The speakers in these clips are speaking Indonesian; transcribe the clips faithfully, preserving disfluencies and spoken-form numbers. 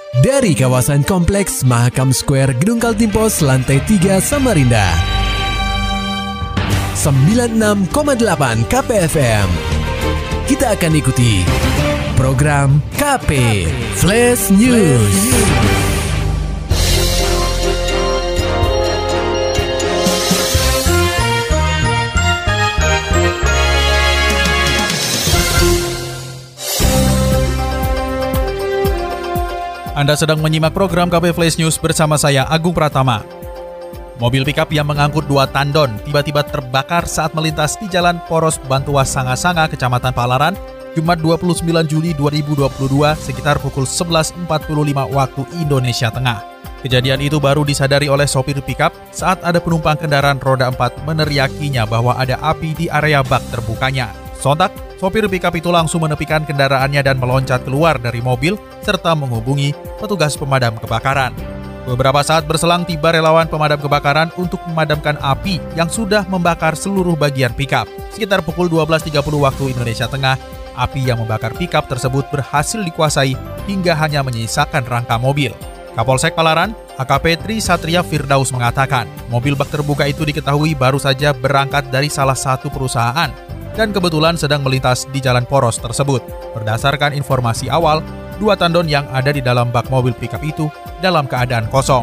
Dari kawasan Kompleks Mahakam Square Gedung Kaltimpos lantai tiga Samarinda. sembilan puluh enam koma delapan K P F M. Kita akan ikuti program K P Flash News. Anda sedang menyimak program K P Flash News bersama saya, Agung Pratama. Mobil pickup yang mengangkut dua tandon tiba-tiba terbakar saat melintas di Jalan Poros Bantua Sanga-Sanga, Kecamatan Palaran, Jumat dua puluh sembilan Juli dua ribu dua puluh dua sekitar pukul sebelas empat puluh lima waktu Indonesia Tengah. Kejadian itu baru disadari oleh sopir pickup saat ada penumpang kendaraan roda empat meneriakinya bahwa ada api di area bak terbukanya. Sontak, sopir pickup itu langsung menepikan kendaraannya dan meloncat keluar dari mobil serta menghubungi petugas pemadam kebakaran. Beberapa saat berselang tiba relawan pemadam kebakaran untuk memadamkan api yang sudah membakar seluruh bagian pickup. Sekitar pukul dua belas tiga puluh waktu Indonesia Tengah, api yang membakar pickup tersebut berhasil dikuasai hingga hanya menyisakan rangka mobil. Kapolsek Palaran, A K P Tri Satria Firdaus mengatakan, mobil bak terbuka itu diketahui baru saja berangkat dari salah satu perusahaan dan kebetulan sedang melintas di jalan poros tersebut. Berdasarkan informasi awal, dua tandon yang ada di dalam bak mobil pickup itu dalam keadaan kosong.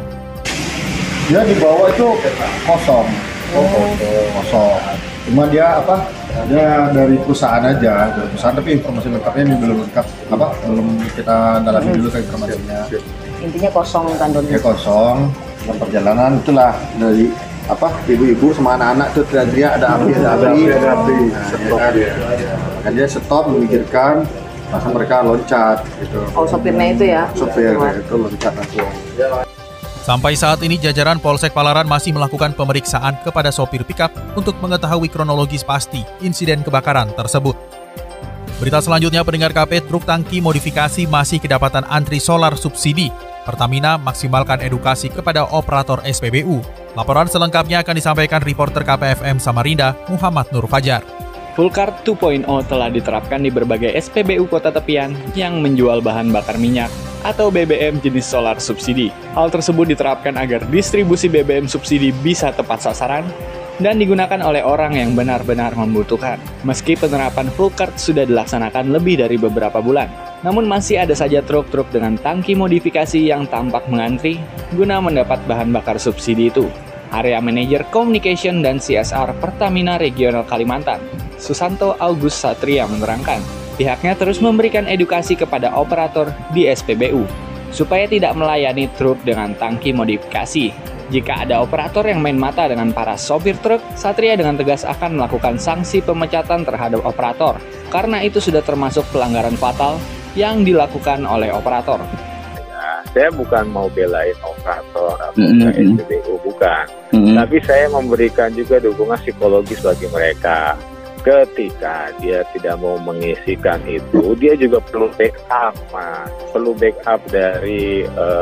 Dia di bawah itu kosong, oh, kosong. Cuma dia apa? Dia dari perusahaan aja, dari perusahaan. Tapi informasi lengkapnya ini belum lengkap, apa? Belum kita dalami dulu ke informasinya. Intinya kosong tandonnya. Ya kosong. Dalam perjalanan itulah dari apa? Ibu-ibu sama anak-anak tuh teriak-teriak ada api, ada api, ada api. Stop dia. Kan dia stop memikirkan. Masa mereka loncat gitu. Oh, sopirnya itu ya? Sopir itu loncat langsung. Sampai saat ini jajaran Polsek Palaran masih melakukan pemeriksaan kepada sopir pickup untuk mengetahui kronologis pasti insiden kebakaran tersebut. Berita selanjutnya, pendengar K P, truk tangki modifikasi masih kedapatan antri solar subsidi. Pertamina maksimalkan edukasi kepada operator S P B U. Laporan selengkapnya akan disampaikan reporter K P F M Samarinda, Muhammad Nur Fajar. Full Card dua titik nol telah diterapkan di berbagai S P B U kota tepian yang menjual bahan bakar minyak atau B B M jenis solar subsidi. Hal tersebut diterapkan agar distribusi B B M subsidi bisa tepat sasaran dan digunakan oleh orang yang benar-benar membutuhkan. Meski penerapan Full Card sudah dilaksanakan lebih dari beberapa bulan, namun masih ada saja truk-truk dengan tangki modifikasi yang tampak mengantri guna mendapat bahan bakar subsidi itu. Area Manajer Communication dan C S R Pertamina Regional Kalimantan, Susanto August Satria menerangkan, pihaknya terus memberikan edukasi kepada operator di S P B U supaya tidak melayani truk dengan tangki modifikasi. Jika ada operator yang main mata dengan para sopir truk, Satria dengan tegas akan melakukan sanksi pemecatan terhadap operator karena itu sudah termasuk pelanggaran fatal yang dilakukan oleh operator. Saya bukan mau belain operator atau mm-hmm. S P B U, bukan. Mm-hmm. Tapi saya memberikan juga dukungan psikologis bagi mereka. Ketika dia tidak mau mengisikan itu, dia juga perlu backup, Mas. Perlu backup dari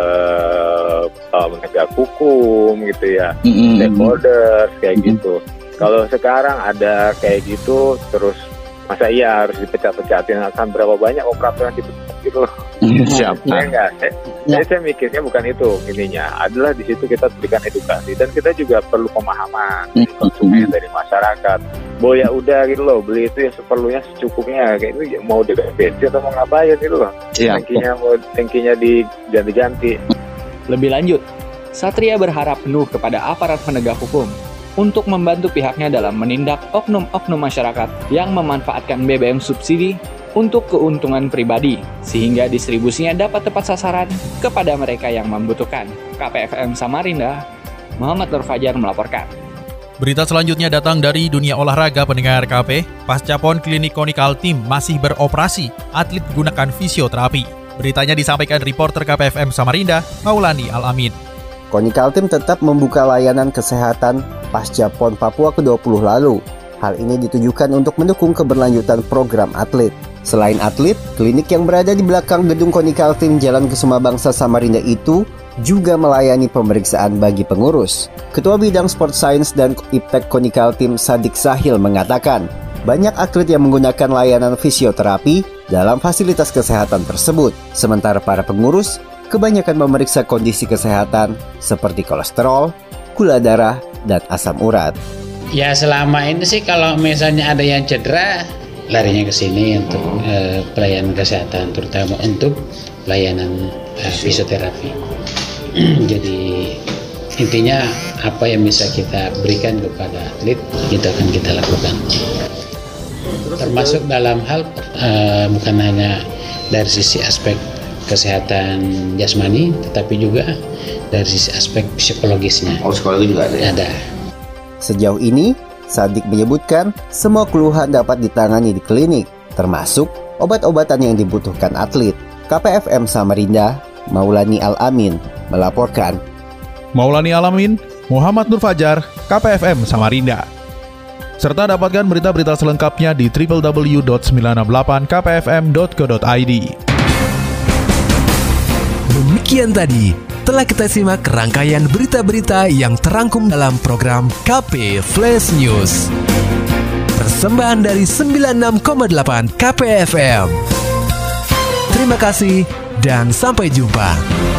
uh, uh, penegak hukum gitu ya, mm-hmm. stakeholders kayak mm-hmm. gitu. Kalau sekarang ada kayak gitu, terus masa iya harus dipecat-pecatin, akan berapa banyak operator yang dipecat gitu loh. Siapa? Saya enggak, saya, ya. saya, saya mikirnya bukan itu ininya, adalah di situ kita berikan edukasi dan kita juga perlu pemahaman konsumen dari masyarakat. Bahwa ya udah gitu loh, beli itu ya seperlunya secukupnya, kayak itu mau dengan bensin atau mau ngapain gitu loh. Ya. Tangkinya mau tangkinya diganti-ganti. Lebih lanjut, Satria berharap penuh kepada aparat penegak hukum untuk membantu pihaknya dalam menindak oknum-oknum masyarakat yang memanfaatkan B B M subsidi untuk keuntungan pribadi, sehingga distribusinya dapat tepat sasaran kepada mereka yang membutuhkan. K P F M Samarinda, Muhammad Nur Fajar melaporkan. Berita selanjutnya datang dari dunia olahraga, pendengar K P. Pasca PON Klinik Konikal Tim masih beroperasi, atlet gunakan fisioterapi. Beritanya disampaikan reporter K P F M Samarinda, Maulani Al-Amin. Konikal Tim tetap membuka layanan kesehatan pasca PON Papua ke dua puluh lalu. Hal ini ditujukan untuk mendukung keberlanjutan program atlet. Selain atlet, klinik yang berada di belakang gedung Konikal Tim Jalan Kusuma Bangsa Samarinda itu juga melayani pemeriksaan bagi pengurus. Ketua Bidang Sport Science dan Iptek Konikal Tim Sadik Sahil mengatakan, banyak atlet yang menggunakan layanan fisioterapi dalam fasilitas kesehatan tersebut. Sementara para pengurus kebanyakan memeriksa kondisi kesehatan seperti kolesterol, gula darah, dan asam urat. Ya selama ini sih kalau misalnya ada yang cedera, larinya ke sini untuk eh, pelayanan kesehatan, terutama untuk pelayanan eh, fisioterapi. Jadi intinya apa yang bisa kita berikan kepada atlet, itu akan kita lakukan. Termasuk dalam hal uh, bukan hanya dari sisi aspek kesehatan jasmani, tetapi juga dari sisi aspek psikologisnya. Oh, psikologi juga ada ya? Ada. Sejauh ini, Sadik menyebutkan semua keluhan dapat ditangani di klinik, termasuk obat-obatan yang dibutuhkan atlet. K P F M Samarinda, Maulani Al-Amin, melaporkan. Maulani Al-Amin, Muhammad Nur Fajar, K P F M Samarinda. Serta dapatkan berita-berita selengkapnya di w w w dot sembilan enam delapan k p f m dot co dot i d. Demikian tadi telah kita simak rangkaian berita-berita yang terangkum dalam program K P Flash News. Persembahan dari sembilan puluh enam koma delapan K P F M. Terima kasih dan sampai jumpa.